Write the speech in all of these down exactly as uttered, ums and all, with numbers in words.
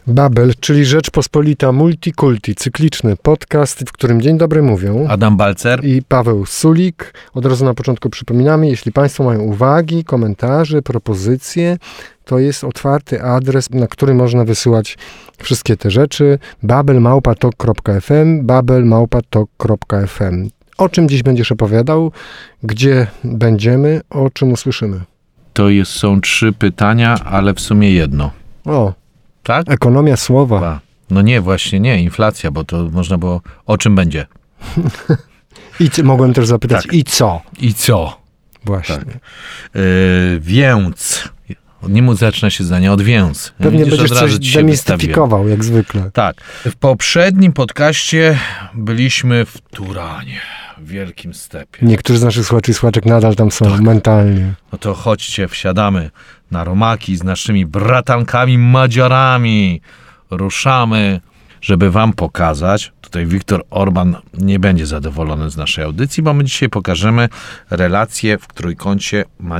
Babel, czyli Rzeczpospolita Multikulti, cykliczny podcast, w którym dzień dobry mówią Adam Balcer i Paweł Sulik. Od razu na początku przypominamy, jeśli Państwo mają uwagi, komentarze, propozycje, to jest otwarty adres, na który można wysyłać wszystkie te rzeczy. babel małpa tok kropka ef em, babel małpa tok kropka ef em. O czym dziś będziesz opowiadał? Gdzie będziemy? O czym usłyszymy? To jest, są trzy pytania, ale w sumie jedno. O, tak? Ekonomia słowa. Dwa. No nie, właśnie nie, inflacja, bo to można było, o czym będzie? I c- mogłem też zapytać, tak. i co? I co? Właśnie. Tak. Yy, więc, nie mów zaczyna się zdanie od więc. Pewnie Widzisz, będziesz od razu coś ci się demistyfikował, jak zwykle. Tak. W poprzednim podcaście byliśmy w Turanie, w Wielkim Stepie. Niektórzy z naszych słuchaczy i słuchaczek nadal tam są Tak. mentalnie. No to chodźcie, wsiadamy na romaki z naszymi bratankami Madziarami. Ruszamy, żeby wam pokazać. Tutaj Viktor Orban nie będzie zadowolony z naszej audycji, bo my dzisiaj pokażemy relacje w trójkącie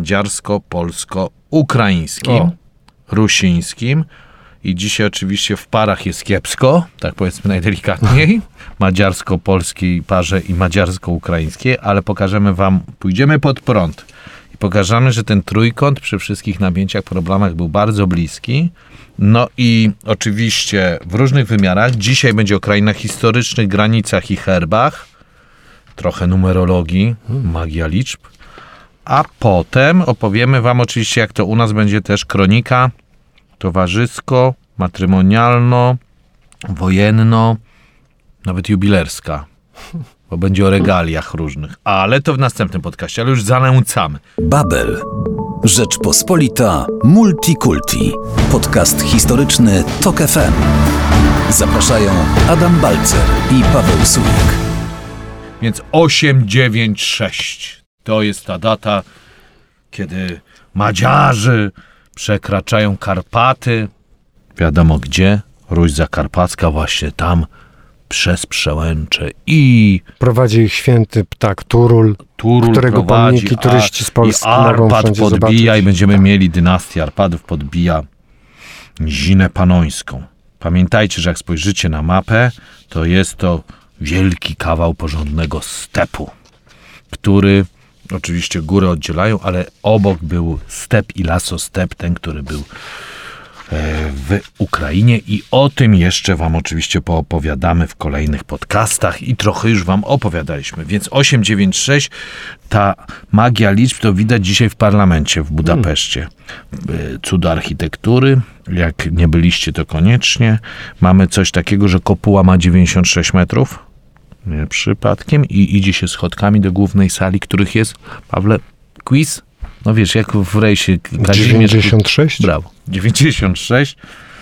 madziarsko-polsko-ukraińskim, O. rusińskim. I dzisiaj oczywiście w parach jest kiepsko, tak powiedzmy najdelikatniej, madziarsko-polskiej parze i madziarsko-ukraińskiej, ale pokażemy wam, pójdziemy pod prąd i pokażemy, że ten trójkąt przy wszystkich napięciach, problemach był bardzo bliski. No i oczywiście w różnych wymiarach. Dzisiaj będzie o krainach historycznych, granicach i herbach, trochę numerologii, magia liczb, a potem opowiemy wam oczywiście, jak to u nas będzie też kronika towarzysko, matrymonialno, wojenno, nawet jubilerska, bo będzie o regaliach różnych. Ale to w następnym podcaście, ale już zanęcamy. Babel. Rzeczpospolita Multikulti. Podcast historyczny Tok F M. Zapraszają Adam Balcer i Paweł Sulik. Więc osiem dziewięć sześć to jest ta data, kiedy Madziarzy przekraczają Karpaty. Wiadomo gdzie? Ruś Zakarpacka, właśnie tam, przez Przełęcze i Prowadzi ich święty ptak Turul, Turul którego prowadzi, pomniki turyści z Polski i mogą Arpad wszędzie podbija zobaczyć. i będziemy mieli dynastię Arpadów, podbija Nizinę Panońską. Pamiętajcie, że jak spojrzycie na mapę, to jest to wielki kawał porządnego stepu, który oczywiście góry oddzielają, ale obok był step i lasostep, ten, który był w Ukrainie i o tym jeszcze wam oczywiście poopowiadamy w kolejnych podcastach i trochę już wam opowiadaliśmy. Więc osiem dziewięć sześć, ta magia liczb to widać dzisiaj w parlamencie w Budapeszcie. Cuda architektury, jak nie byliście to koniecznie. Mamy coś takiego, że kopuła ma dziewięćdziesiąt sześć metrów. Nie przypadkiem i idzie się schodkami do głównej sali, których jest, Pawle, quiz? No wiesz, jak w rejsie Kazimierz... dziewięćdziesiąt sześć? Brawo. dziewięćdziesiąt sześć.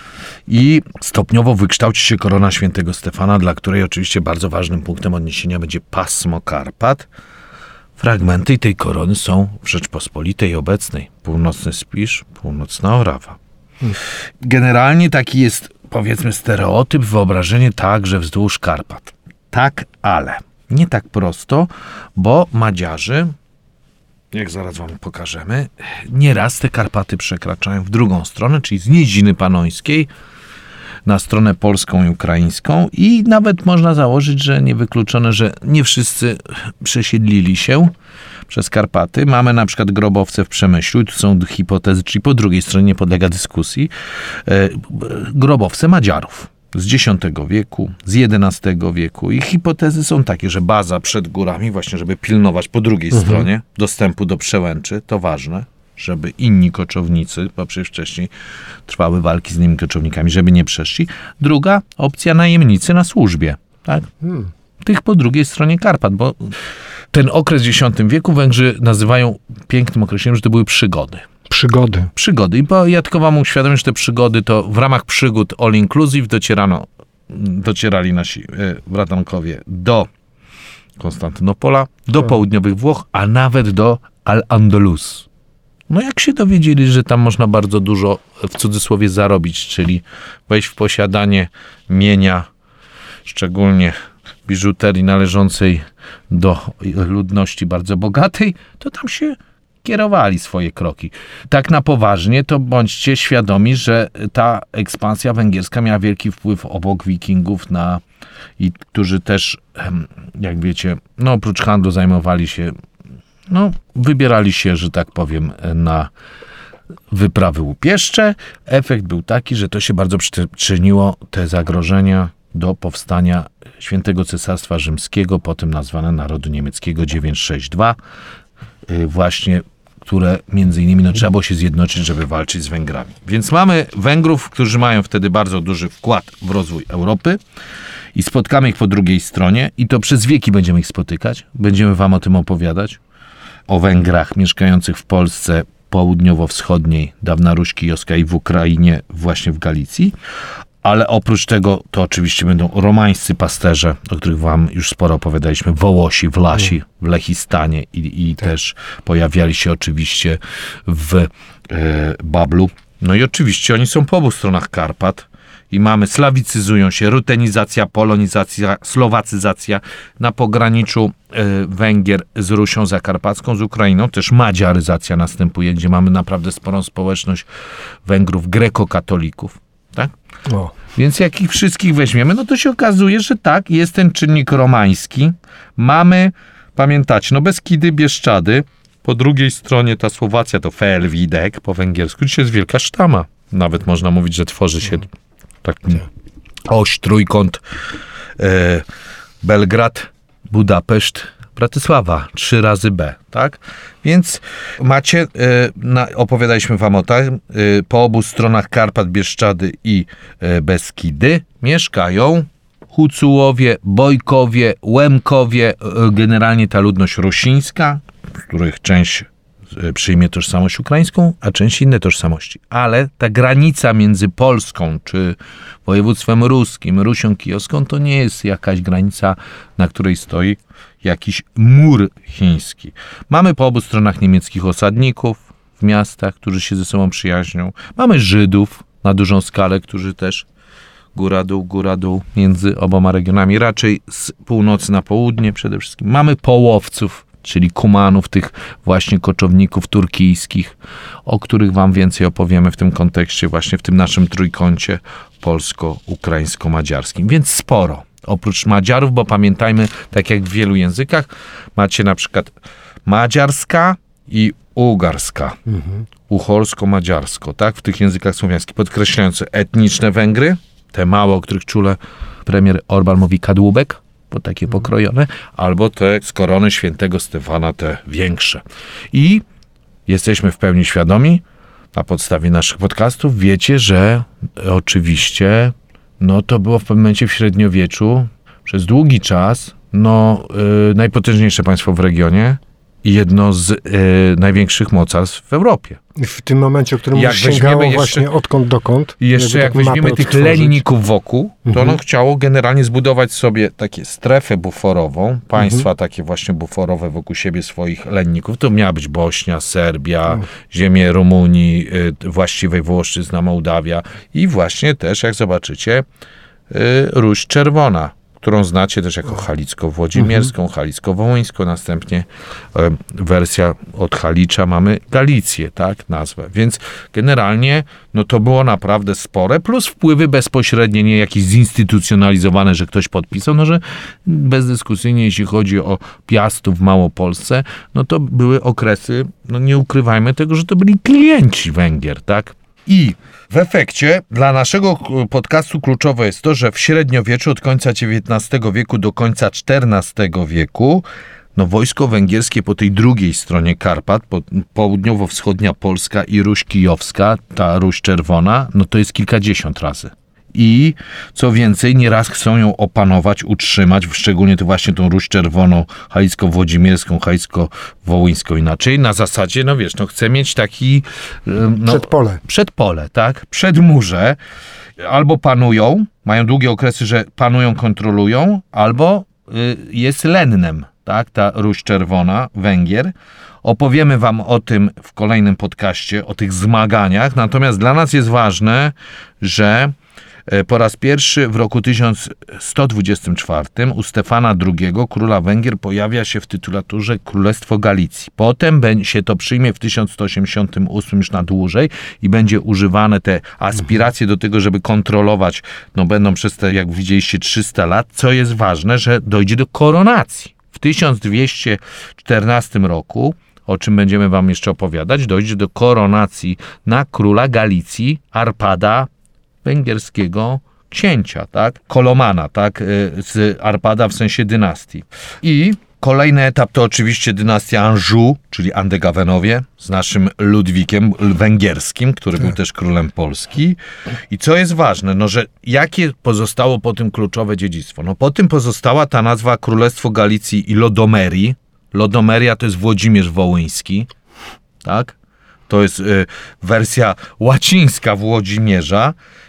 I stopniowo wykształci się korona świętego Stefana, dla której oczywiście bardzo ważnym punktem odniesienia będzie pasmo Karpat. Fragmenty tej korony są w Rzeczpospolitej obecnej. Północny Spisz, północna Orawa. Generalnie taki jest, powiedzmy, stereotyp, wyobrażenie także wzdłuż Karpat. Tak, ale nie tak prosto, bo Madziarzy, jak zaraz wam pokażemy, nieraz te Karpaty przekraczają w drugą stronę, czyli z Niziny Panońskiej na stronę polską i ukraińską i nawet można założyć, że niewykluczone, że nie wszyscy przesiedlili się przez Karpaty. Mamy na przykład grobowce w Przemyślu i tu są hipotezy, czyli po drugiej stronie nie podlega dyskusji, e, grobowce Madziarów z dziesiątego wieku, z jedenastego wieku i hipotezy są takie, że baza przed górami, właśnie żeby pilnować po drugiej mhm. stronie dostępu do Przełęczy, to ważne, żeby inni koczownicy, bo przecież wcześniej trwały walki z innymi koczownikami, żeby nie przeszli. Druga opcja, najemnicy na służbie, tak? Hmm. Tych po drugiej stronie Karpat, bo ten okres w dziesiątym wieku Węgrzy nazywają pięknym określeniem, że to były przygody. Przygody. Przygody. Bo ja tylko wam uświadomię, że te przygody to w ramach przygód all inclusive docierano, docierali nasi e, bratankowie do Konstantynopola, do hmm. południowych Włoch, a nawet do Al-Andalus. No jak się dowiedzieli, że tam można bardzo dużo w cudzysłowie zarobić, czyli wejść w posiadanie mienia, szczególnie biżuterii należącej do ludności bardzo bogatej, to tam się kierowali swoje kroki. Tak na poważnie, to bądźcie świadomi, że ta ekspansja węgierska miała wielki wpływ obok Wikingów na i którzy też, jak wiecie, no oprócz handlu zajmowali się, no wybierali się, że tak powiem, na wyprawy łupieszcze. Efekt był taki, że to się bardzo przyczyniło, te zagrożenia, do powstania Świętego Cesarstwa Rzymskiego, potem nazwane Narodu Niemieckiego dziewięćset sześćdziesiąt dwa, właśnie, które między innymi no, trzeba było się zjednoczyć, żeby walczyć z Węgrami. Więc mamy Węgrów, którzy mają wtedy bardzo duży wkład w rozwój Europy i spotkamy ich po drugiej stronie i to przez wieki będziemy ich spotykać. Będziemy wam o tym opowiadać. O Węgrach mieszkających w Polsce południowo-wschodniej, dawna Ruś Kijowska i w Ukrainie, właśnie w Galicji. Ale oprócz tego to oczywiście będą romańscy pasterze, o których wam już sporo opowiadaliśmy, Wołosi, Wlasi w Lechistanie i, i tak. też pojawiali się oczywiście w e, Bablu. No i oczywiście oni są po obu stronach Karpat i mamy, slawicyzują się, rutenizacja, polonizacja, słowacyzacja na pograniczu e, Węgier z Rusią Zakarpacką, z Ukrainą. Też madziaryzacja następuje, gdzie mamy naprawdę sporą społeczność Węgrów grekokatolików. Tak? O. Więc jak ich wszystkich weźmiemy, no to się okazuje, że tak, jest ten czynnik romański. Mamy, pamiętacie, no Beskidy, Bieszczady, po drugiej stronie ta Słowacja to Felwidek po węgiersku, dzisiaj jest wielka sztama. Nawet można mówić, że tworzy się taki oś, trójkąt, e, Belgrad, Budapeszt, Bratysława, trzy razy B, tak? Więc macie, y, na, opowiadaliśmy wam o tym, y, po obu stronach Karpat, Bieszczady i y, Beskidy mieszkają Hucułowie, Bojkowie, Łemkowie, y, generalnie ta ludność rusińska, z których część y, przyjmie tożsamość ukraińską, a część inne tożsamości. Ale ta granica między Polską, czy województwem ruskim, Rusią Kijowską, to nie jest jakaś granica, na której stoi jakiś mur chiński. Mamy po obu stronach niemieckich osadników w miastach, którzy się ze sobą przyjaźnią. Mamy Żydów na dużą skalę, którzy też góra-dół, góra-dół między oboma regionami, raczej z północy na południe przede wszystkim. Mamy połowców, czyli kumanów, tych właśnie koczowników turkijskich, o których wam więcej opowiemy w tym kontekście, właśnie w tym naszym trójkącie polsko-ukraińsko-madziarskim. Więc sporo. Oprócz Madziarów, bo pamiętajmy, tak jak w wielu językach, macie na przykład madziarska i ugarska, mhm. uchorsko-madziarsko, tak? W tych językach słowiańskich, podkreślające etniczne Węgry, te małe, o których czule premier Orban mówi kadłubek, bo takie mhm. pokrojone, albo te z korony świętego Stefana, te większe. I jesteśmy w pełni świadomi, na podstawie naszych podcastów, wiecie, że oczywiście no to było w pewnym momencie w średniowieczu przez długi czas no, yy, najpotężniejsze państwo w regionie i jedno z yy, największych mocarstw w Europie. W tym momencie, o którym jak sięgało jeszcze, właśnie odkąd dokąd. I jeszcze jak weźmiemy tych lenników wokół, to mhm. ono chciało generalnie zbudować sobie takie strefę buforową, państwa mhm. takie właśnie buforowe wokół siebie swoich lenników. To miała być Bośnia, Serbia, mhm. ziemie Rumunii, y, właściwej Włoszczyzna, Mołdawia i właśnie też, jak zobaczycie, y, Ruś Czerwona, którą znacie też jako Halicko-Włodzimierską, mhm. Halicko-Wołyńską, następnie e, wersja od Halicza mamy Galicję, tak, nazwę. Więc generalnie no to było naprawdę spore, plus wpływy bezpośrednie, nie jakieś zinstytucjonalizowane, że ktoś podpisał, no że bezdyskusyjnie, jeśli chodzi o Piastów w Małopolsce, no to były okresy, no nie ukrywajmy tego, że to byli klienci Węgier, tak. I w efekcie dla naszego podcastu kluczowe jest to, że w średniowieczu od końca dziewiętnastego wieku do końca czternastego wieku no wojsko węgierskie po tej drugiej stronie Karpat, po, południowo-wschodnia Polska i Ruś Kijowska, ta Ruś Czerwona, no to jest kilkadziesiąt razy. I co więcej, nieraz chcą ją opanować, utrzymać, szczególnie to właśnie tą Ruś Czerwoną, Halicko-Włodzimierską, Halicko-Wołyńską inaczej, na zasadzie, no wiesz, no chcę mieć taki... No, przedpole. Przedpole, tak, przedmurze. Albo panują, mają długie okresy, że panują, kontrolują, albo y, jest lennem, tak, ta Ruś Czerwona, Węgier. Opowiemy wam o tym w kolejnym podcaście, o tych zmaganiach, natomiast dla nas jest ważne, że Po raz pierwszy w roku tysiąc sto dwudziestym czwartym u Stefana drugiego, króla Węgier, pojawia się w tytulaturze Królestwo Galicji. Potem się to przyjmie w tysiąc sto osiemdziesiątym ósmym już na dłużej i będzie używane te aspiracje do tego, żeby kontrolować, no będą przez te, jak widzieliście, trzysta lat, co jest ważne, że dojdzie do koronacji. W tysiąc dwieście czternastym roku, o czym będziemy wam jeszcze opowiadać, dojdzie do koronacji na króla Galicji Arpada, węgierskiego księcia, tak? Kolomana, tak? Z Arpada w sensie dynastii. I kolejny etap to oczywiście dynastia Anjou, czyli Angewanowie, z naszym Ludwikiem węgierskim, który był też królem Polski. I co jest ważne, no że jakie pozostało po tym kluczowe dziedzictwo? No po tym pozostała ta nazwa Królestwo Galicji i Lodomerii. Lodomeria to jest Włodzimierz Wołyński, tak? To jest y, wersja łacińska Włodzimierza.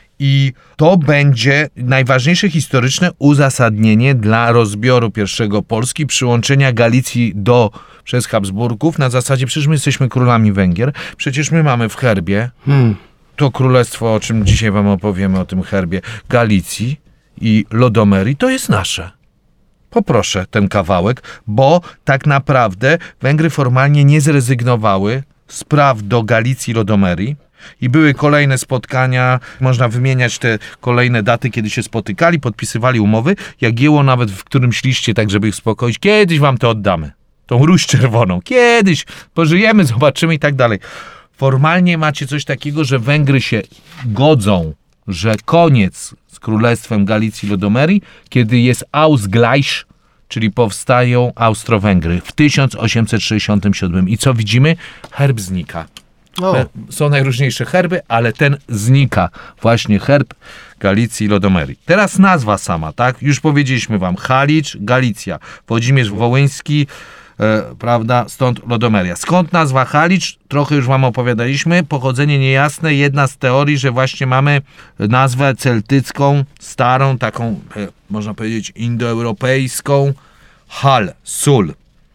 I to będzie najważniejsze historyczne uzasadnienie dla rozbioru pierwszego Polski, przyłączenia Galicji do przez Habsburgów na zasadzie, przecież my jesteśmy królami Węgier, przecież my mamy w herbie hmm. to królestwo, o czym dzisiaj wam opowiemy, o tym herbie Galicji i Lodomerii, to jest nasze. Poproszę ten kawałek, bo tak naprawdę Węgry formalnie nie zrezygnowały z praw do Galicji i Lodomerii. I były kolejne spotkania, można wymieniać te kolejne daty, kiedy się spotykali, podpisywali umowy. Jagiełło nawet w którymś liście, tak żeby ich uspokoić, kiedyś wam to oddamy, tą róż czerwoną, kiedyś pożyjemy, zobaczymy i tak dalej. Formalnie macie coś takiego, że Węgry się godzą, że koniec z Królestwem Galicji i Lodomerii, kiedy jest Ausgleich, czyli powstają Austro-Węgry w tysiąc osiemset sześćdziesiątym siódmym. I co widzimy? Herb znika. O. Są najróżniejsze herby, ale ten znika. Właśnie herb Galicji i Lodomerii. Teraz nazwa sama, tak? Już powiedzieliśmy wam. Halicz, Galicja. Włodzimierz Wołyński, e, prawda? Stąd Lodomeria. Skąd nazwa Halicz? Trochę już wam opowiadaliśmy. Pochodzenie niejasne. Jedna z teorii, że właśnie mamy nazwę celtycką, starą, taką, e, można powiedzieć, indoeuropejską. Hal, sól.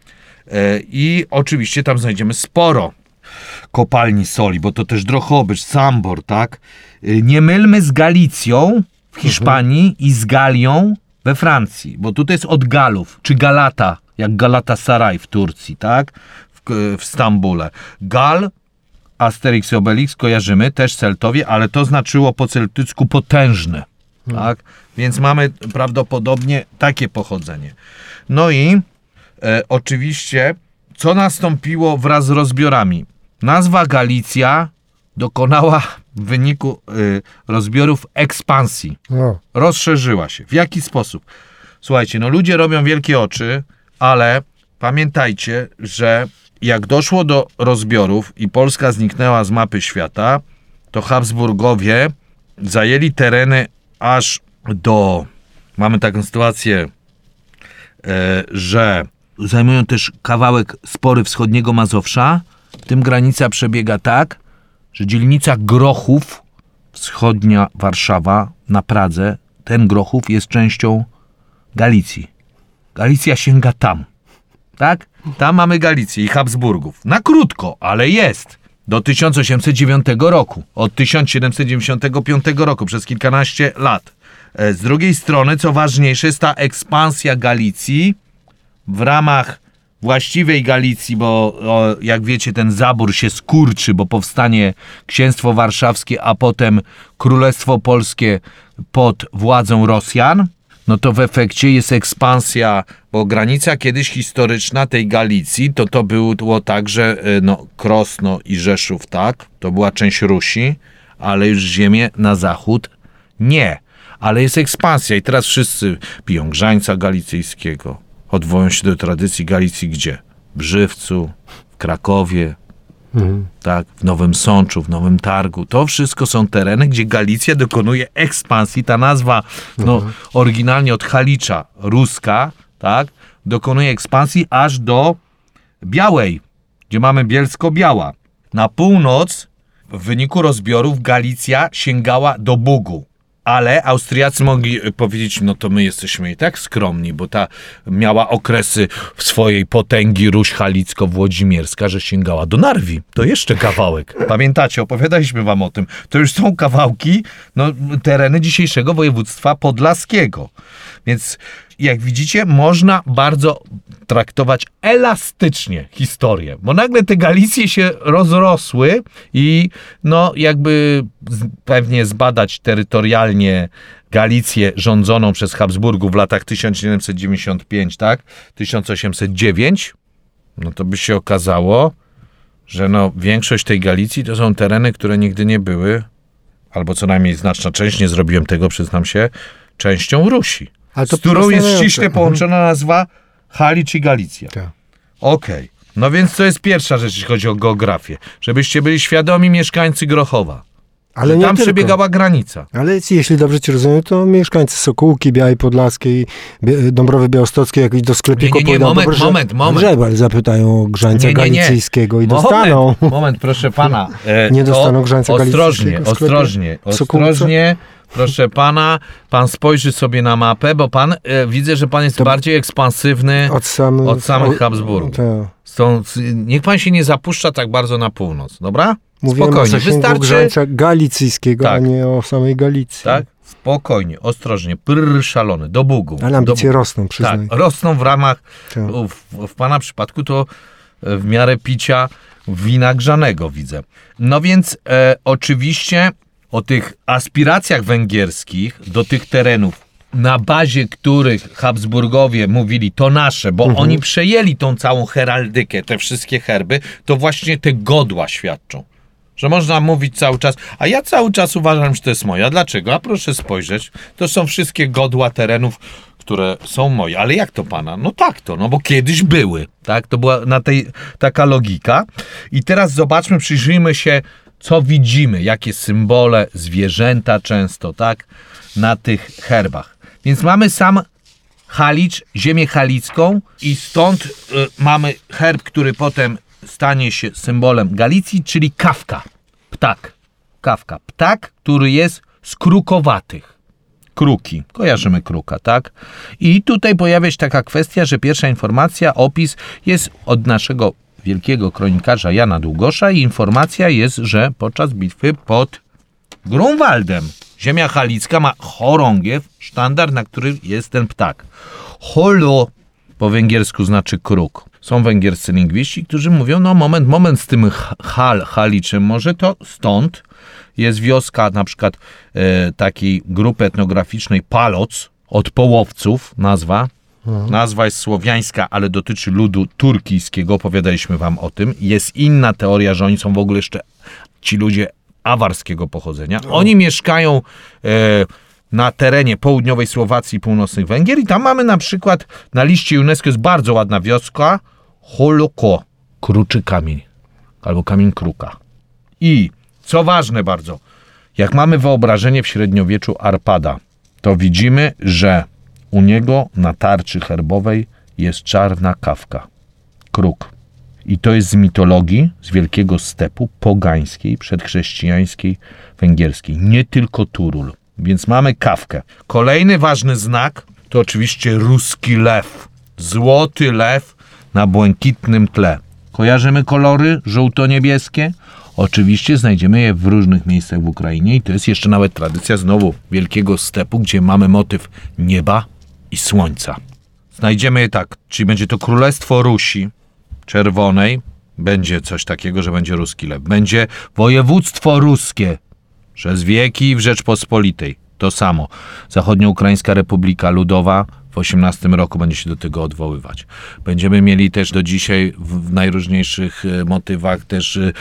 E, I oczywiście tam znajdziemy sporo kopalni soli, bo to też Drohobycz, Sambor, tak? Nie mylmy z Galicją w Hiszpanii mhm. i z Galią we Francji, bo tutaj jest od Galów, czy Galata, jak Galatasaray w Turcji, tak? W, w Stambule. Gal, Asterix i Obelix kojarzymy, też Celtowie, ale to znaczyło po celtycku potężne, mhm. tak? Więc mamy prawdopodobnie takie pochodzenie. No i e, oczywiście, co nastąpiło wraz z rozbiorami? Nazwa Galicja dokonała w wyniku y, rozbiorów ekspansji. No. Rozszerzyła się. W jaki sposób? Słuchajcie, no ludzie robią wielkie oczy, ale pamiętajcie, że jak doszło do rozbiorów i Polska zniknęła z mapy świata, to Habsburgowie zajęli tereny aż do... Mamy taką sytuację, y, że zajmują też kawałek spory wschodniego Mazowsza. W tym granica przebiega tak, że dzielnica Grochów, wschodnia Warszawa, na Pradze, ten Grochów jest częścią Galicji. Galicja sięga tam, tak? Tam mamy Galicję i Habsburgów. Na krótko, ale jest. Do tysiąc osiemset dziewiątego roku. Od tysiąc siedemset dziewięćdziesiątego piątego roku, przez kilkanaście lat. Z drugiej strony, co ważniejsze, jest ta ekspansja Galicji w ramach właściwej Galicji, bo o, jak wiecie, ten zabór się skurczy, bo powstanie Księstwo Warszawskie, a potem Królestwo Polskie pod władzą Rosjan, no to w efekcie jest ekspansja, bo granica kiedyś historyczna tej Galicji, to to było tak, że no, Krosno i Rzeszów, tak, to była część Rusi, ale już ziemię na zachód nie. Ale jest ekspansja i teraz wszyscy piją grzańca galicyjskiego. Odwołują się do tradycji Galicji gdzie? W Żywcu, w Krakowie, mhm. tak, w Nowym Sączu, w Nowym Targu. To wszystko są tereny, gdzie Galicja dokonuje ekspansji. Ta nazwa, no, mhm. oryginalnie od Halicza, ruska, tak, dokonuje ekspansji aż do Białej, gdzie mamy Bielsko-Biała. Na północ w wyniku rozbiorów Galicja sięgała do Bugu. Ale Austriacy mogli powiedzieć, no to my jesteśmy i tak skromni, bo ta miała okresy w swojej potęgi Ruś Halicko-Włodzimierska, że sięgała do Narwi. To jeszcze kawałek. Pamiętacie, opowiadaliśmy wam o tym. To już są kawałki, no, tereny dzisiejszego województwa podlaskiego. Więc jak widzicie, można bardzo traktować elastycznie historię, bo nagle te Galicje się rozrosły i no jakby z, pewnie zbadać terytorialnie Galicję rządzoną przez Habsburgów w latach tysiąc siedemset dziewięćdziesiąt pięć, tak? tysiąc osiemset dziewięć, no to by się okazało, że no większość tej Galicji to są tereny, które nigdy nie były, albo co najmniej znaczna część, nie zrobiłem tego, przyznam się, częścią Rusi. Ale to z którą jest ściśle połączona nazwa Halicz i Galicja. Tak. Okej. Okay. No więc to jest pierwsza rzecz, jeśli chodzi o geografię. Żebyście byli świadomi mieszkańcy Grochowa. Ale nie tam tylko. Przebiegała granica. Ale jeśli dobrze cię rozumiem, to mieszkańcy Sokółki, Białej Podlaskiej, Dąbrowy Białostockiej, jak do sklepiku nie, nie, nie, pójdą, moment, dobrze, moment, moment. Dobrze, ale zapytają o grzańca nie, nie, nie. galicyjskiego i moment, dostaną. Moment, proszę pana. E, nie dostaną grzańca ostrożnie, galicyjskiego. Ostrożnie, ostrożnie, ostrożnie. Proszę pana, pan spojrzy sobie na mapę, bo pan, e, widzę, że pan jest to bardziej ekspansywny od, samych, od samych Habsburgów. Stąd, niech pan się nie zapuszcza tak bardzo na północ, dobra? Mówiłem spokojnie, o wystarczy grzańca galicyjskiego, tak. a nie o samej Galicji. Tak, spokojnie, ostrożnie, prrr, szalony, do Bugu. Ale ambicje do rosną, przyznaj. Tak, rosną w ramach, w, w pana przypadku to w miarę picia wina grzanego widzę. No więc e, oczywiście o tych aspiracjach węgierskich do tych terenów, na bazie których Habsburgowie mówili, to nasze, bo mhm. oni przejęli tą całą heraldykę, te wszystkie herby, to właśnie te godła świadczą. Że można mówić cały czas, a ja cały czas uważam, że to jest moje. A dlaczego? A proszę spojrzeć, to są wszystkie godła terenów, które są moje. Ale jak to pana? No tak to, no bo kiedyś były. Tak? To była na tej taka logika. I teraz zobaczmy, przyjrzyjmy się, co widzimy, jakie symbole, zwierzęta często, tak? Na tych herbach. Więc mamy sam Halicz, ziemię halicką i stąd y, mamy herb, który potem stanie się symbolem Galicji, czyli kawka. Ptak. Kawka. Ptak, który jest z krukowatych. Kruki. Kojarzymy kruka, tak? I tutaj pojawia się taka kwestia, że pierwsza informacja, opis jest od naszego wielkiego kronikarza Jana Długosza i informacja jest, że podczas bitwy pod Grunwaldem ziemia halicka ma chorągiew, sztandar, na który jest ten ptak. Holo po węgiersku znaczy kruk. Są węgierscy lingwiści, którzy mówią, no moment, moment z tym hal, haliczem, może to stąd jest wioska na przykład e, takiej grupy etnograficznej Paloc, od połowców nazwa. Mhm. Nazwa jest słowiańska, ale dotyczy ludu turkijskiego, opowiadaliśmy wam o tym. Jest inna teoria, że oni są w ogóle jeszcze ci ludzie awarskiego pochodzenia. Oni mieszkają e, na terenie południowej Słowacji i północnych Węgier i tam mamy na przykład na liście UNESCO jest bardzo ładna wioska Holoko, kruczy kamień albo kamień kruka. I co ważne bardzo, jak mamy wyobrażenie w średniowieczu Arpada, to widzimy, że u niego na tarczy herbowej jest czarna kawka, kruk. I to jest z mitologii, z wielkiego stepu pogańskiej, przedchrześcijańskiej, węgierskiej. Nie tylko Turul. Więc mamy kawkę. Kolejny ważny znak to oczywiście ruski lew. Złoty lew na błękitnym tle. Kojarzymy kolory żółto-niebieskie? Oczywiście znajdziemy je w różnych miejscach w Ukrainie i to jest jeszcze nawet tradycja znowu wielkiego stepu, gdzie mamy motyw nieba i słońca. Znajdziemy je tak, czyli będzie to Królestwo Rusi Czerwonej, będzie coś takiego, że będzie ruski lew. Będzie województwo ruskie przez wieki w Rzeczpospolitej. To samo. Zachodnioukraińska Republika Ludowa w osiemnastym roku będzie się do tego odwoływać. Będziemy mieli też do dzisiaj w najróżniejszych motywach też yy,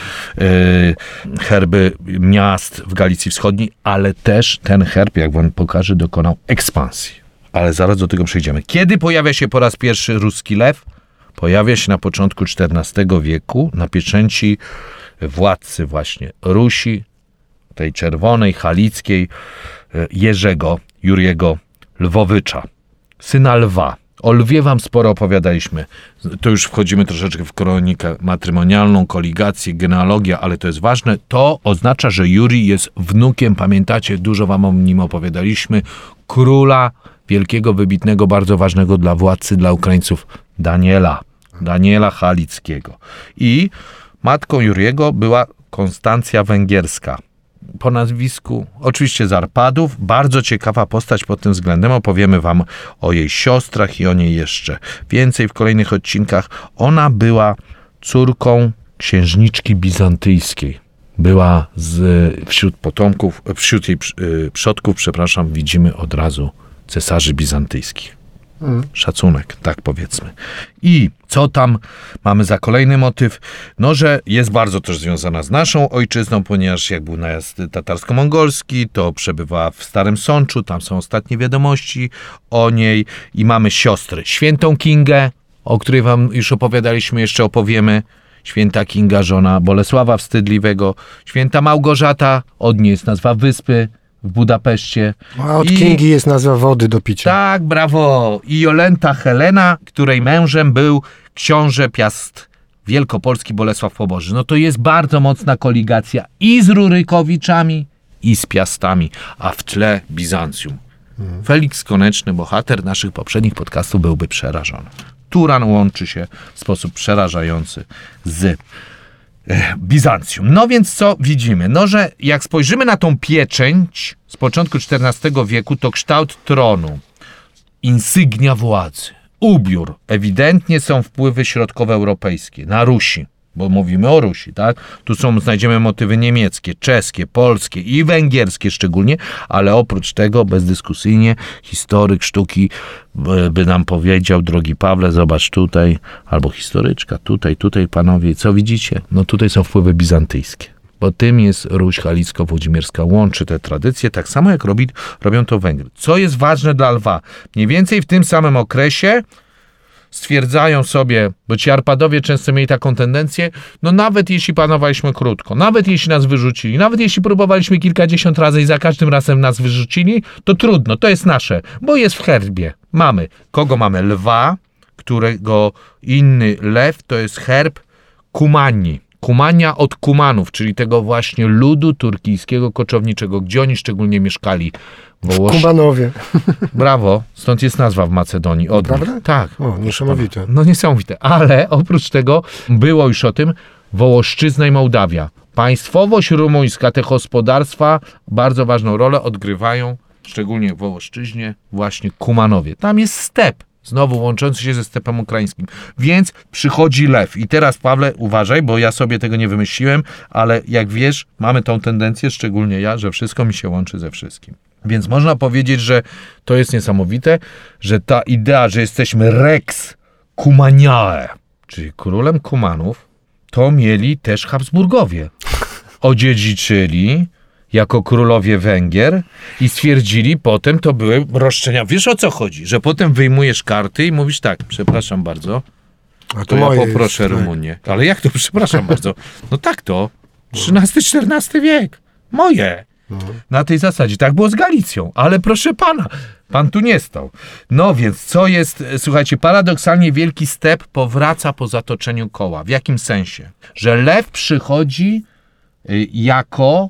herby miast w Galicji Wschodniej, ale też ten herb, jak wam pokażę, dokonał ekspansji. Ale zaraz do tego przejdziemy. Kiedy pojawia się po raz pierwszy ruski lew? Pojawia się na początku czternastego wieku na pieczęci władcy właśnie Rusi, tej czerwonej, halickiej, Jerzego, Juriego Lwowycza, syna lwa. O lwie wam sporo opowiadaliśmy. To już wchodzimy troszeczkę w kronikę matrymonialną, koligację, genealogię, ale to jest ważne. To oznacza, że Jurij jest wnukiem, pamiętacie, dużo wam o nim opowiadaliśmy, króla wielkiego, wybitnego, bardzo ważnego dla władcy, dla Ukraińców, Daniela. Daniela Halickiego. I matką Juriego była Konstancja Węgierska. Po nazwisku, oczywiście z Arpadów, bardzo ciekawa postać pod tym względem. Opowiemy wam o jej siostrach i o niej jeszcze więcej w kolejnych odcinkach. Ona była córką księżniczki bizantyjskiej. Była z, wśród potomków, wśród jej przodków, przepraszam, widzimy od razu cesarzy bizantyjskich. Hmm. Szacunek, tak powiedzmy. I co tam mamy za kolejny motyw? No, że jest bardzo też związana z naszą ojczyzną, ponieważ jak był najazd tatarsko-mongolski, to przebywała w Starym Sączu, tam są ostatnie wiadomości o niej i mamy siostrę, świętą Kingę, o której wam już opowiadaliśmy, jeszcze opowiemy. Święta Kinga, żona Bolesława Wstydliwego, święta Małgorzata, od niej jest nazwa wyspy w Budapeszcie. A od I... Kingi jest nazwa wody do picia. Tak, brawo. I Jolenta Helena, której mężem był książę Piast Wielkopolski Bolesław Poboży. No to jest bardzo mocna koligacja i z Rurykowiczami, i z Piastami, a w tle Bizancjum. Hmm. Feliks Koneczny, bohater naszych poprzednich podcastów, byłby przerażony. Turan łączy się w sposób przerażający z Bizancjum. No więc co widzimy? No, że jak spojrzymy na tą pieczęć z początku czternastego wieku, to kształt tronu, insygnia władzy, ubiór, ewidentnie są wpływy środkowoeuropejskie, na Rusi, bo mówimy o Rusi, tak? Tu są, znajdziemy motywy niemieckie, czeskie, polskie i węgierskie szczególnie, ale oprócz tego bezdyskusyjnie historyk sztuki by nam powiedział, drogi Pawle, zobacz tutaj, albo historyczka, tutaj, tutaj, panowie, co widzicie? No tutaj są wpływy bizantyjskie, bo tym jest Ruś Halicko-Włodzimierska, łączy te tradycje, tak samo jak robi, robią to Węgry. Co jest ważne dla Lwa? Mniej więcej w tym samym okresie stwierdzają sobie, bo ci Arpadowie często mieli taką tendencję, no nawet jeśli panowaliśmy krótko, nawet jeśli nas wyrzucili, nawet jeśli próbowaliśmy kilkadziesiąt razy i za każdym razem nas wyrzucili, to trudno, to jest nasze, bo jest w herbie. Mamy, kogo mamy? Lwa, którego inny lew to jest herb Kumani. Kumania od Kumanów, czyli tego właśnie ludu turkijskiego koczowniczego, gdzie oni szczególnie mieszkali. W Kumanowie. Brawo, stąd jest nazwa w Macedonii. Od Prawda? nich. Tak. O, niesamowite. No niesamowite, ale oprócz tego było już o tym Wołoszczyzna i Mołdawia. Państwowość rumuńska, te gospodarstwa bardzo ważną rolę odgrywają, szczególnie w Wołoszczyźnie, właśnie Kumanowie. Tam jest step. Znowu łączący się ze stepem ukraińskim. Więc przychodzi lew. I teraz, Pawle, uważaj, bo ja sobie tego nie wymyśliłem, ale jak wiesz, mamy tą tendencję, szczególnie ja, że wszystko mi się łączy ze wszystkim. Więc można powiedzieć, że to jest niesamowite, że ta idea, że jesteśmy Rex Cumaniae, czyli królem Kumanów, to mieli też Habsburgowie. Odziedziczyli jako królowie Węgier i stwierdzili, potem to były roszczenia. Wiesz, o co chodzi? Że potem wyjmujesz karty i mówisz tak, przepraszam bardzo, A to, to ja poproszę jest, Rumunię. Tak. Ale jak to, przepraszam bardzo? No tak to, trzynasty czternasty wiek, moje. No. Na tej zasadzie, tak było z Galicją, ale proszę pana, pan tu nie stał. No więc, co jest, słuchajcie, paradoksalnie Wielki Step powraca po zatoczeniu koła. W jakim sensie? Że lew przychodzi y, jako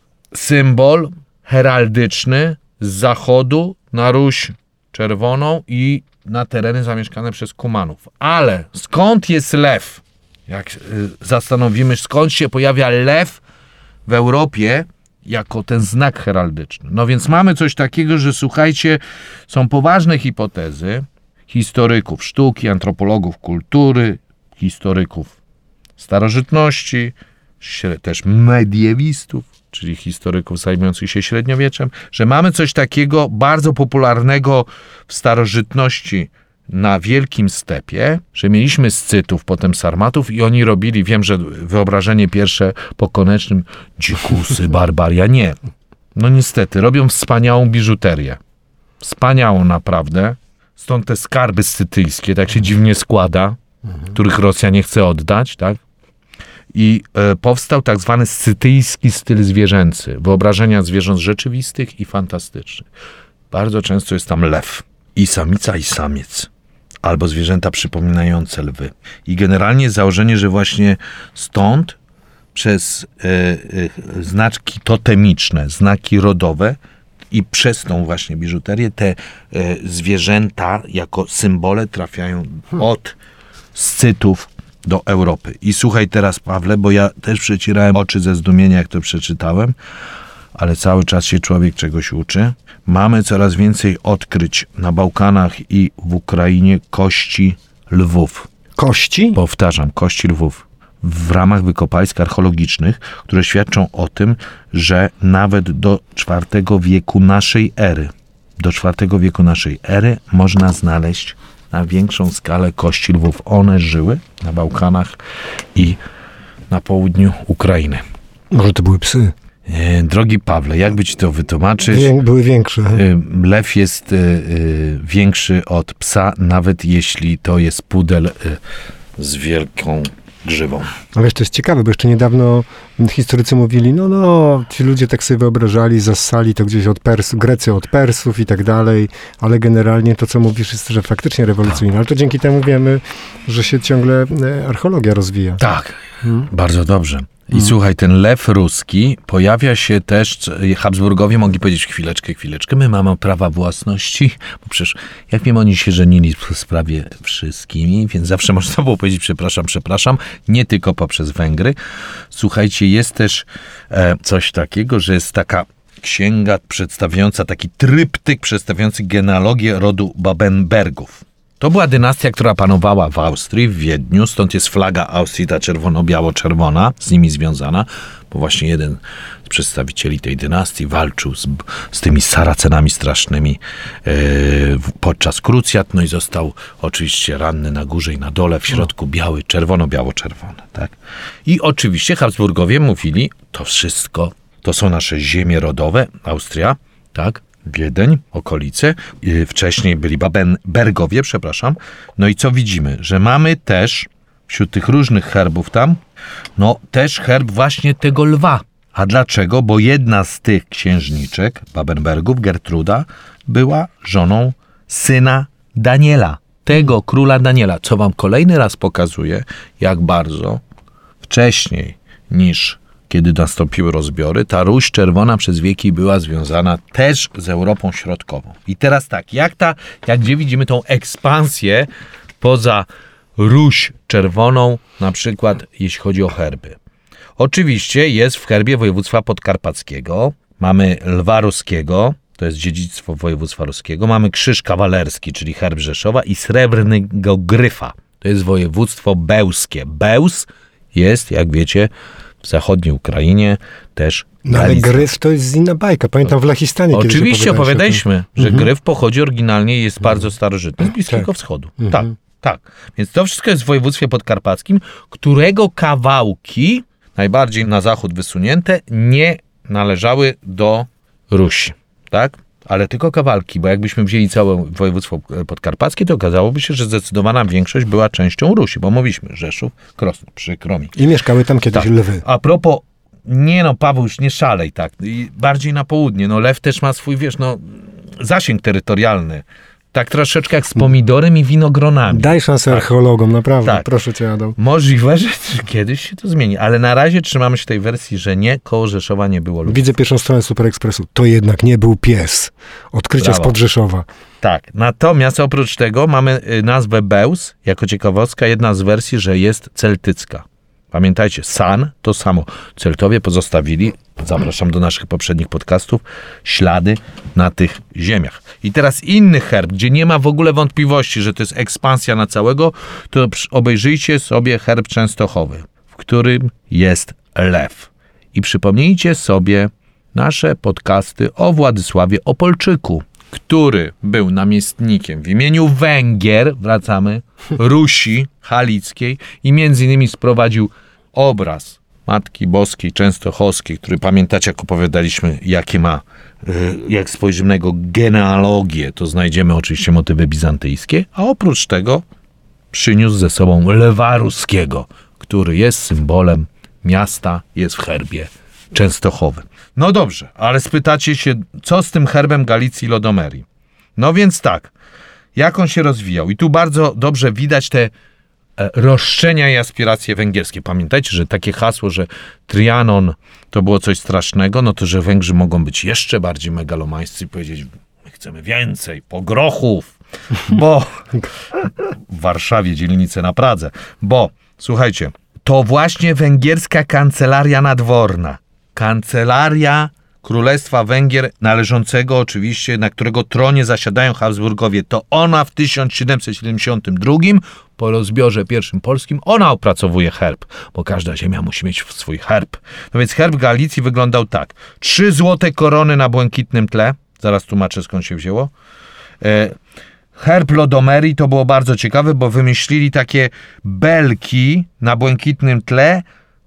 symbol heraldyczny z zachodu na Ruś Czerwoną i na tereny zamieszkane przez Kumanów. Ale skąd jest lew? Jak y, zastanowimy, skąd się pojawia lew w Europie jako ten znak heraldyczny. No więc mamy coś takiego, że słuchajcie, są poważne hipotezy historyków sztuki, antropologów kultury, historyków starożytności, też mediewistów, czyli historyków zajmujących się średniowieczem, że mamy coś takiego bardzo popularnego w starożytności na Wielkim Stepie, że mieliśmy Scytów, potem Sarmatów i oni robili, wiem, że wyobrażenie pierwsze po Konecznym, dzikusy, barbaria, nie. No niestety, robią wspaniałą biżuterię. Wspaniałą naprawdę. Stąd te skarby scytyjskie, tak się dziwnie składa, których Rosja nie chce oddać, tak? I e, powstał tak zwany scytyjski styl zwierzęcy, wyobrażenia zwierząt rzeczywistych i fantastycznych. Bardzo często jest tam lew. I samica, i samiec. albo zwierzęta przypominające lwy. I generalnie założenie, że właśnie stąd przez e, e, znaczki totemiczne, znaki rodowe i przez tą właśnie biżuterię te e, zwierzęta jako symbole trafiają od Scytów do Europy. I słuchaj teraz, Pawle, bo ja też przecierałem oczy ze zdumienia, jak to przeczytałem, ale cały czas się człowiek czegoś uczy. Mamy coraz więcej odkryć na Bałkanach i w Ukrainie kości lwów. Kości? Powtarzam, kości lwów. W ramach wykopalisk archeologicznych, które świadczą o tym, że nawet do czwartego wieku naszej ery, do czwartego wieku naszej ery można znaleźć na większą skalę kości lwów. One żyły na Bałkanach i na południu Ukrainy. Może to były psy? E, drogi Pawle, jakby ci to wytłumaczyć? Wię, były większe. E, lew jest e, e, większy od psa, nawet jeśli to jest pudel e, z wielką grzywą. A wiesz, to jest ciekawe, bo jeszcze niedawno historycy mówili, no, no, ci ludzie tak sobie wyobrażali, zassali to gdzieś od Persów, Grecy od Persów i tak dalej, ale generalnie to, co mówisz, jest, że faktycznie rewolucyjne. Ale to dzięki temu wiemy, że się ciągle archeologia rozwija. Tak, hmm? Bardzo dobrze. I hmm. słuchaj, ten lew ruski pojawia się też, Habsburgowie mogli powiedzieć, chwileczkę, chwileczkę, my mamy prawa własności, bo przecież, jak wiem, oni się żenili w sprawie wszystkimi, więc zawsze można było powiedzieć, przepraszam, przepraszam, nie tylko poprzez Węgry. Słuchajcie, jest też e, coś takiego, że jest taka księga przedstawiająca, taki tryptyk przedstawiający genealogię rodu Babenbergów. To była dynastia, która panowała w Austrii, w Wiedniu, stąd jest flaga Austrii, ta czerwono-biało-czerwona, z nimi związana, bo właśnie jeden z przedstawicieli tej dynastii walczył z, z tymi Saracenami strasznymi yy, podczas krucjat, no i został oczywiście ranny na górze i na dole, w środku biały, czerwono-biało-czerwone, tak? I oczywiście Habsburgowie mówili, to wszystko, to są nasze ziemie rodowe, Austria, tak? Wiedeń, okolice, wcześniej byli Babenbergowie, przepraszam. No i co widzimy? Że mamy też wśród tych różnych herbów tam, no też herb właśnie tego lwa. A dlaczego? Bo jedna z tych księżniczek Babenbergów, Gertruda, była żoną syna Daniela, tego króla Daniela, co wam kolejny raz pokazuje, jak bardzo wcześniej niż kiedy nastąpiły rozbiory, ta Ruś Czerwona przez wieki była związana też z Europą Środkową. I teraz tak, jak ta, jak gdzie widzimy tą ekspansję poza Ruś Czerwoną, na przykład jeśli chodzi o herby. Oczywiście jest w herbie województwa podkarpackiego, mamy lwa ruskiego, to jest dziedzictwo województwa ruskiego, mamy krzyż kawalerski, czyli herb Rzeszowa i srebrnego gryfa, to jest województwo bełskie. Bełs jest, jak wiecie, w zachodniej Ukrainie też. No ale gryf to jest inna bajka. Pamiętam w Lechistanie. Oczywiście opowiadaliśmy, że mhm. gryf pochodzi oryginalnie i jest mhm. bardzo starożytny, z Bliskiego tak. Wschodu. Mhm. Tak, tak. Więc to wszystko jest w województwie podkarpackim, którego kawałki, najbardziej na zachód wysunięte, nie należały do Rusi. Tak? Ale tylko kawałki, bo jakbyśmy wzięli całe województwo podkarpackie, to okazałoby się, że zdecydowana większość była częścią Rusi, bo mówiliśmy, Rzeszów, Krosno, przykro mi. I mieszkały tam kiedyś tak. lwy. A propos, nie no, Paweł, już nie szalej, tak, I bardziej na południe, no lew też ma swój, wiesz, no, zasięg terytorialny. Tak troszeczkę jak z pomidorem i winogronami. Daj szansę tak. archeologom, naprawdę. Tak. Proszę cię, Adam. Możliwe, że kiedyś się to zmieni, ale na razie trzymamy się tej wersji, że nie, koło Rzeszowa nie było lwów. Widzę pierwszą stronę Super Expressu. To jednak nie był pies. Odkrycia spod Rzeszowa. Tak. Natomiast oprócz tego mamy nazwę Bełs, jako ciekawostka, jedna z wersji, że jest celtycka. Pamiętajcie, San to samo. Celtowie pozostawili, zapraszam do naszych poprzednich podcastów, ślady na tych ziemiach. I teraz inny herb, gdzie nie ma w ogóle wątpliwości, że to jest ekspansja na całego, to obejrzyjcie sobie herb częstochowy, w którym jest lew. I przypomnijcie sobie nasze podcasty o Władysławie Opolczyku, który był namiestnikiem w imieniu Węgier, wracamy, Rusi Halickiej i między innymi sprowadził obraz Matki Boskiej Częstochowskiej, który pamiętacie, jak opowiadaliśmy, jakie ma, jak spojrzymy na jego genealogię, to znajdziemy oczywiście motywy bizantyjskie, a oprócz tego przyniósł ze sobą lwa ruskiego, który jest symbolem miasta, jest w herbie częstochowym. No dobrze, ale spytacie się, co z tym herbem Galicji i Lodomerii? No więc tak, jak on się rozwijał. I tu bardzo dobrze widać te roszczenia i aspiracje węgierskie. Pamiętajcie, że takie hasło, że Trianon to było coś strasznego, no to, że Węgrzy mogą być jeszcze bardziej megalomańscy i powiedzieć, my chcemy więcej, pogrochów, bo w Warszawie dzielnice na Pradze, bo słuchajcie, to właśnie węgierska kancelaria nadworna, kancelaria Królestwa Węgier, należącego oczywiście, na którego tronie zasiadają Habsburgowie, to ona w tysiąc siedemset siedemdziesiątym drugim po rozbiorze pierwszym polskim, ona opracowuje herb, bo każda ziemia musi mieć swój herb. No więc herb Galicji wyglądał tak. Trzy złote korony na błękitnym tle, zaraz tłumaczę skąd się wzięło. E, herb Lodomerii to było bardzo ciekawe, bo wymyślili takie belki na błękitnym tle,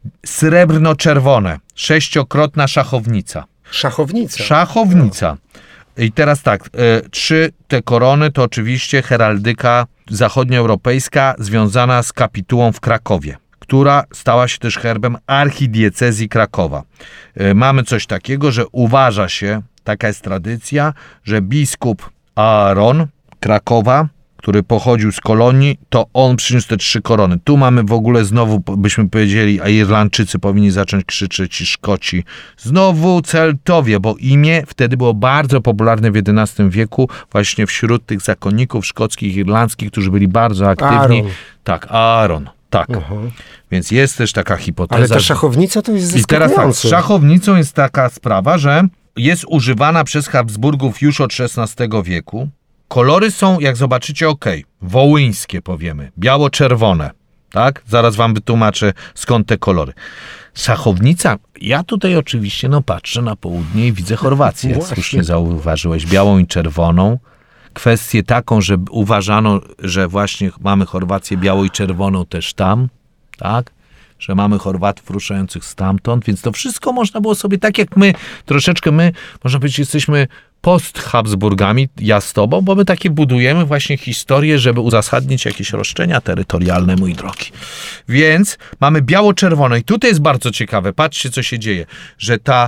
srebrno-czerwone, sześciokrotna szachownica. Szachownica. Szachownica. I teraz tak, y, trzy te korony to oczywiście heraldyka zachodnioeuropejska związana z kapitułą w Krakowie, która stała się też herbem archidiecezji Krakowa. Y, mamy coś takiego, że uważa się, taka jest tradycja, że biskup Aaron Krakowa, który pochodził z kolonii, to on przyniósł te trzy korony. Tu mamy w ogóle znowu, byśmy powiedzieli, a Irlandczycy powinni zacząć krzyczeć i Szkoci. Znowu Celtowie, bo imię wtedy było bardzo popularne w jedenastym wieku właśnie wśród tych zakonników szkockich, irlandzkich, którzy byli bardzo aktywni. Aaron. Tak, Aaron. Tak. Uh-huh. Więc jest też taka hipoteza. Ale ta szachownica to jest zaskakujące. I teraz tak, szachownicą jest taka sprawa, że jest używana przez Habsburgów już od szesnastego wieku. Kolory są, jak zobaczycie, ok, wołyńskie powiemy, biało-czerwone, tak? Zaraz wam wytłumaczę, skąd te kolory. Szachownica, ja tutaj oczywiście no patrzę na południe i widzę Chorwację, jak słusznie zauważyłeś, białą i czerwoną. Kwestię taką, że uważano, że właśnie mamy Chorwację białą i czerwoną też tam, tak? Że mamy Chorwatów ruszających stamtąd, więc to wszystko można było sobie, tak jak my, troszeczkę my, można powiedzieć, jesteśmy post-Habsburgami, ja z tobą, bo my takie budujemy właśnie historię, żeby uzasadnić jakieś roszczenia terytorialne, mój drogi. Więc mamy biało-czerwone i tutaj jest bardzo ciekawe, patrzcie co się dzieje, że ta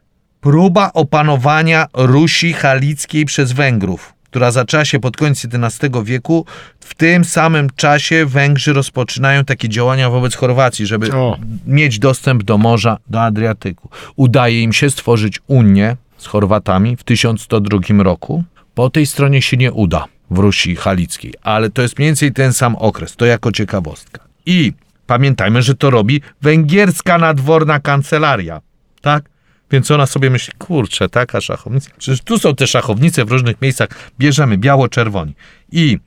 próba opanowania Rusi Halickiej przez Węgrów, która zaczęła się pod koniec jedenastego wieku, w tym samym czasie Węgrzy rozpoczynają takie działania wobec Chorwacji, żeby o. mieć dostęp do morza, do Adriatyku. Udaje im się stworzyć Unię z Chorwatami w tysiąc sto drugim roku. Po tej stronie się nie uda w Rusi Halickiej, ale to jest mniej więcej ten sam okres, to jako ciekawostka. I pamiętajmy, że to robi węgierska nadworna kancelaria, tak? Więc ona sobie myśli, kurczę, taka szachownica. Przecież tu są te szachownice w różnych miejscach. Bierzemy biało-czerwoni. I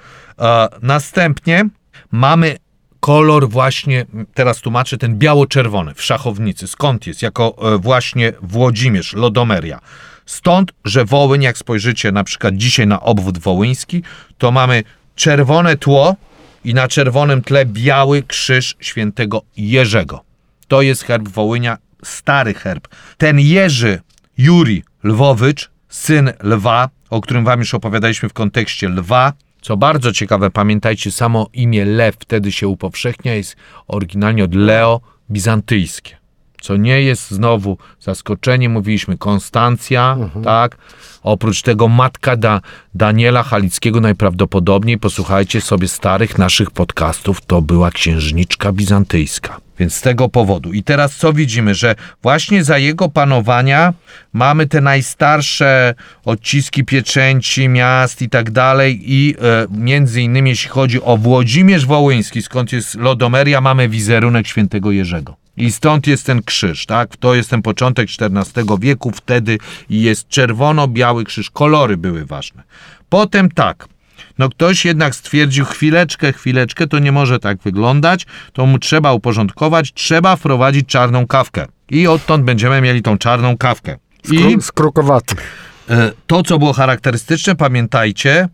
e, następnie mamy kolor właśnie, teraz tłumaczę, ten biało-czerwony w szachownicy. Skąd jest? Jako e, właśnie Włodzimierz, Lodomeria. Stąd, że Wołyń, jak spojrzycie na przykład dzisiaj na obwód wołyński, to mamy czerwone tło i na czerwonym tle biały krzyż świętego Jerzego. To jest herb Wołynia, stary herb. Ten Jerzy Juri Lwowicz, syn Lwa, o którym wam już opowiadaliśmy w kontekście lwa, co bardzo ciekawe, pamiętajcie, samo imię Lew wtedy się upowszechnia, jest oryginalnie od Leo bizantyjskie, co nie jest znowu zaskoczenie, mówiliśmy Konstancja, mhm. tak, oprócz tego matka da, Daniela Halickiego najprawdopodobniej, posłuchajcie sobie starych naszych podcastów, to była księżniczka bizantyjska. Więc z tego powodu. I teraz co widzimy, że właśnie za jego panowania mamy te najstarsze odciski pieczęci miast i tak dalej i e, między innymi jeśli chodzi o Włodzimierz Wołyński, skąd jest Lodomeria, mamy wizerunek świętego Jerzego. I stąd jest ten krzyż, tak? To jest ten początek czternastego wieku, wtedy jest czerwono-biały krzyż, kolory były ważne. Potem tak, no ktoś jednak stwierdził, chwileczkę, chwileczkę, to nie może tak wyglądać, to mu trzeba uporządkować, trzeba wprowadzić czarną kawkę. I odtąd będziemy mieli tą czarną kawkę. I skrukowaty. To, co było charakterystyczne, pamiętajcie,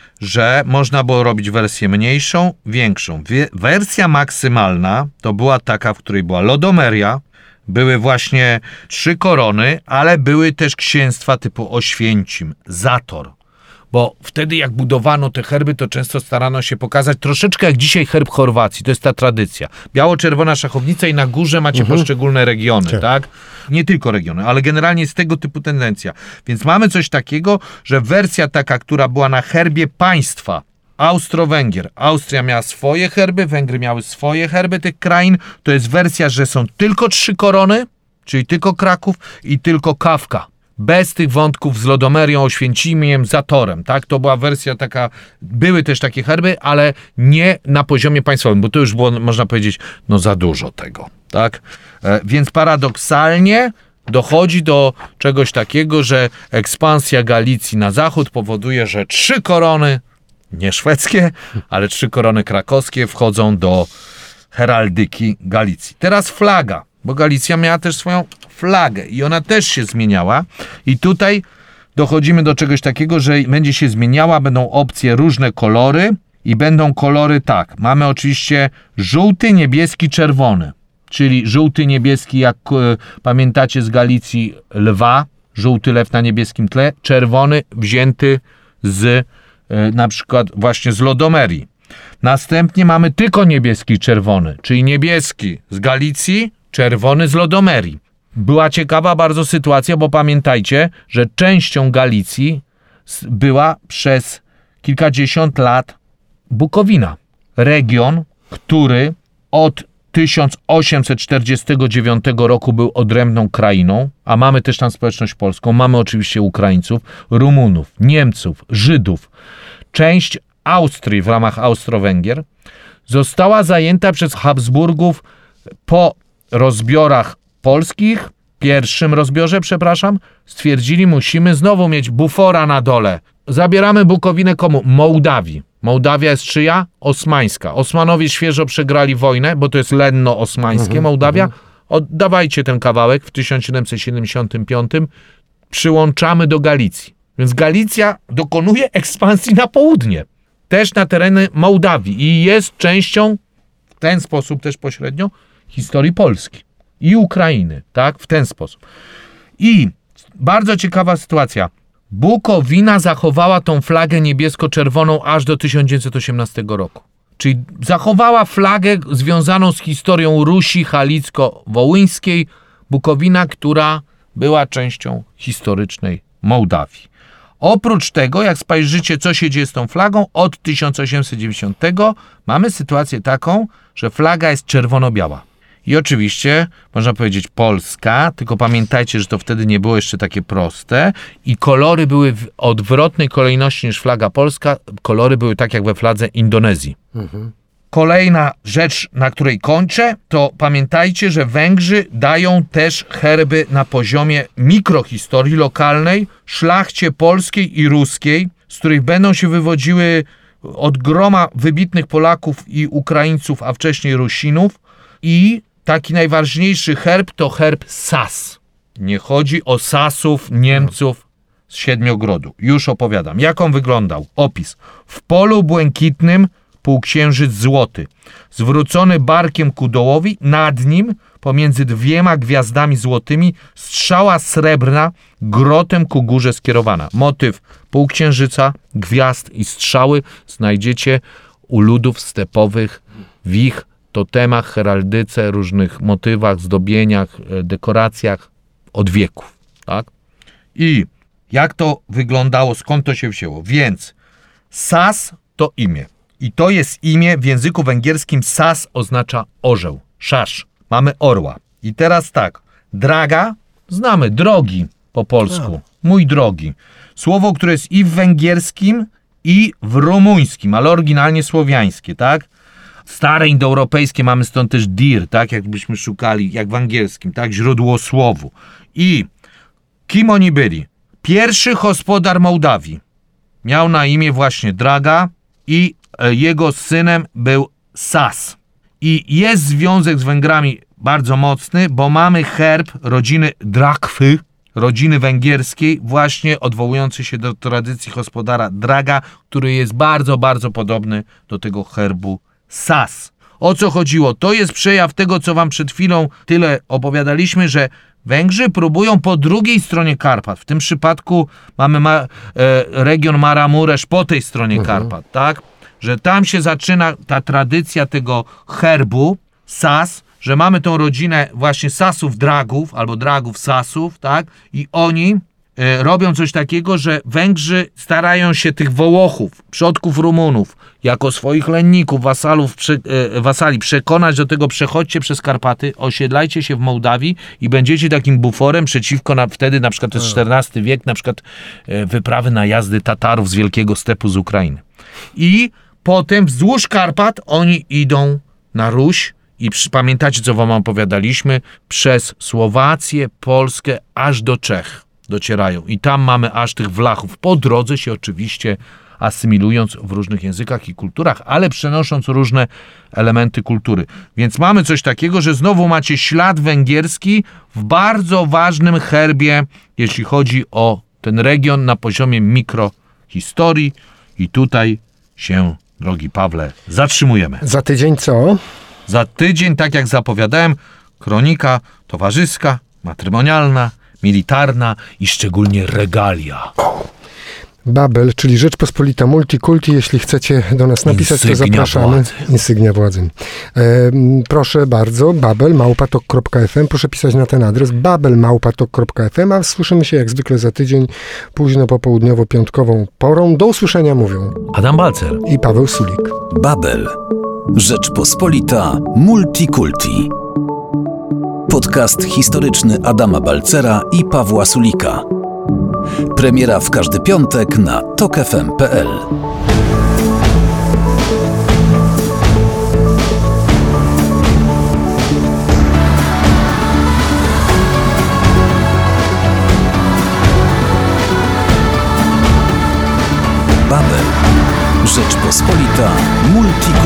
że można było robić wersję mniejszą, większą. Wersja maksymalna to była taka, w której była Lodomeria, były właśnie trzy korony, ale były też księstwa typu Oświęcim, Zator. bo wtedy jak budowano te herby, to często starano się pokazać troszeczkę jak dzisiaj herb Chorwacji, to jest ta tradycja. Biało-czerwona szachownica i na górze macie mhm. poszczególne regiony, tak. tak? Nie tylko regiony, ale generalnie jest tego typu tendencja. Więc mamy coś takiego, że wersja taka, która była na herbie państwa, Austro-Węgier. Austria miała swoje herby, Węgry miały swoje herby tych krain. To jest wersja, że są tylko trzy korony, czyli tylko Kraków i tylko Kawka. Bez tych wątków z Lodomerią, Oświęcimiem, Zatorem, tak? To była wersja taka, były też takie herby, ale nie na poziomie państwowym, bo to już było, można powiedzieć, no za dużo tego, tak? E, więc paradoksalnie dochodzi do czegoś takiego, że ekspansja Galicji na zachód powoduje, że trzy korony, nie szwedzkie, ale trzy korony krakowskie wchodzą do heraldyki Galicji. Teraz flaga, bo Galicja miała też swoją flagę i ona też się zmieniała i tutaj dochodzimy do czegoś takiego, że będzie się zmieniała, będą opcje różne kolory i będą kolory tak, mamy oczywiście żółty, niebieski, czerwony, czyli żółty, niebieski, jak y, pamiętacie z Galicji lwa, żółty lew na niebieskim tle, czerwony wzięty z y, na przykład właśnie z Lodomerii. Następnie mamy tylko niebieski i czerwony, czyli niebieski z Galicji, czerwony z Lodomerii. Była ciekawa bardzo sytuacja, bo pamiętajcie, że częścią Galicji była przez kilkadziesiąt lat Bukowina. Region, który od tysiąc osiemset czterdziestego dziewiątego roku był odrębną krainą, a mamy też tam społeczność polską, mamy oczywiście Ukraińców, Rumunów, Niemców, Żydów. Część Austrii w ramach Austro-Węgier została zajęta przez Habsburgów po rozbiorach polskich, pierwszym rozbiorze, przepraszam, stwierdzili, musimy znowu mieć bufora na dole. Zabieramy Bukowinę komu? Mołdawii. Mołdawia jest czyja? Osmańska. Osmanowie świeżo przegrali wojnę, bo to jest lenno-osmańskie, mhm, Mołdawia. Mhm. Oddawajcie ten kawałek w tysiąc siedemset siedemdziesiątym piątym. Przyłączamy do Galicji. Więc Galicja dokonuje ekspansji na południe. Też na tereny Mołdawii i jest częścią, w ten sposób też pośrednio, historii Polski i Ukrainy, tak? W ten sposób. I bardzo ciekawa sytuacja. Bukowina zachowała tą flagę niebiesko-czerwoną aż do tysiąc dziewięćset osiemnastego roku. Czyli zachowała flagę związaną z historią Rusi Halicko-Wołyńskiej, Bukowina, która była częścią historycznej Mołdawii. Oprócz tego, jak spojrzycie, co się dzieje z tą flagą, od tysiąc osiemset dziewięćdziesiątego mamy sytuację taką, że flaga jest czerwono-biała. I oczywiście, można powiedzieć Polska, tylko pamiętajcie, że to wtedy nie było jeszcze takie proste i kolory były w odwrotnej kolejności niż flaga polska, kolory były tak jak we fladze Indonezji. Mhm. Kolejna rzecz, na której kończę, to pamiętajcie, że Węgrzy dają też herby na poziomie mikrohistorii lokalnej, szlachcie polskiej i ruskiej, z których będą się wywodziły od groma wybitnych Polaków i Ukraińców, a wcześniej Rusinów. I taki najważniejszy herb to herb Sas. Nie chodzi o Sasów, Niemców z Siedmiogrodu. Już opowiadam. Jak on wyglądał? Opis. W polu błękitnym półksiężyc złoty, zwrócony barkiem ku dołowi, nad nim pomiędzy dwiema gwiazdami złotymi strzała srebrna grotem ku górze skierowana. Motyw półksiężyca, gwiazd i strzały znajdziecie u ludów stepowych w ich totemach, heraldyce, różnych motywach, zdobieniach, dekoracjach od wieków. Tak? I jak to wyglądało, skąd to się wzięło? Więc Sas to imię. I to jest imię w języku węgierskim. Sas oznacza orzeł, szasz. Mamy orła. I teraz tak, draga, znamy, drogi po polsku, mój drogi. Słowo, które jest i w węgierskim, i w rumuńskim, ale oryginalnie słowiańskie, tak? Stare indoeuropejskie mamy stąd też dir, tak? Jakbyśmy szukali, jak w angielskim, tak? Źródło słowu. I kim oni byli? Pierwszy gospodarz Mołdawii miał na imię właśnie Draga i jego synem był Sas. I jest związek z Węgrami bardzo mocny, bo mamy herb rodziny Drakwy, rodziny węgierskiej, właśnie odwołujący się do tradycji gospodara Draga, który jest bardzo, bardzo podobny do tego herbu Sas. O co chodziło? To jest przejaw tego, co wam przed chwilą tyle opowiadaliśmy, że Węgrzy próbują po drugiej stronie Karpat. W tym przypadku mamy ma, e, region Maramuresz po tej stronie mhm. Karpat, tak? Że tam się zaczyna ta tradycja tego herbu, Sas, że mamy tą rodzinę właśnie Sasów Dragów, albo Dragów Sasów, tak? I oni e, robią coś takiego, że Węgrzy starają się tych Wołochów, przodków Rumunów, jako swoich lenników, wasalów, prze, e, wasali przekonać do tego, przechodźcie przez Karpaty, osiedlajcie się w Mołdawii i będziecie takim buforem przeciwko, na, wtedy na przykład to jest czternasty wiek, na przykład e, wyprawy najazdy Tatarów z Wielkiego Stepu z Ukrainy. I potem wzdłuż Karpat oni idą na Ruś i przy, pamiętacie, co wam opowiadaliśmy, przez Słowację, Polskę, aż do Czech docierają. I tam mamy aż tych Wlachów. Po drodze się oczywiście asymilując w różnych językach i kulturach, ale przenosząc różne elementy kultury. Więc mamy coś takiego, że znowu macie ślad węgierski w bardzo ważnym herbie, jeśli chodzi o ten region na poziomie mikrohistorii. I tutaj się, drogi Pawle, zatrzymujemy. Za tydzień co? Za tydzień, tak jak zapowiadałem, kronika towarzyska, matrymonialna, militarna i szczególnie regalia. Babel, czyli Rzeczpospolita Multikulti. Jeśli chcecie do nas napisać, Insygnia to zapraszamy. Władzy. Insygnia władzy. E, proszę bardzo, babel małpa tok kropka f m. Proszę pisać na ten adres babel małpa tok kropka f m, a słyszymy się jak zwykle za tydzień, późno popołudniowo-piątkową porą. Do usłyszenia mówią Adam Balcer i Paweł Sulik. Babel. Rzeczpospolita Multikulti. Podcast historyczny Adama Balcera i Pawła Sulika. Premiera w każdy piątek na tok f m kropka p l. Babel. Rzeczpospolita Multikulti.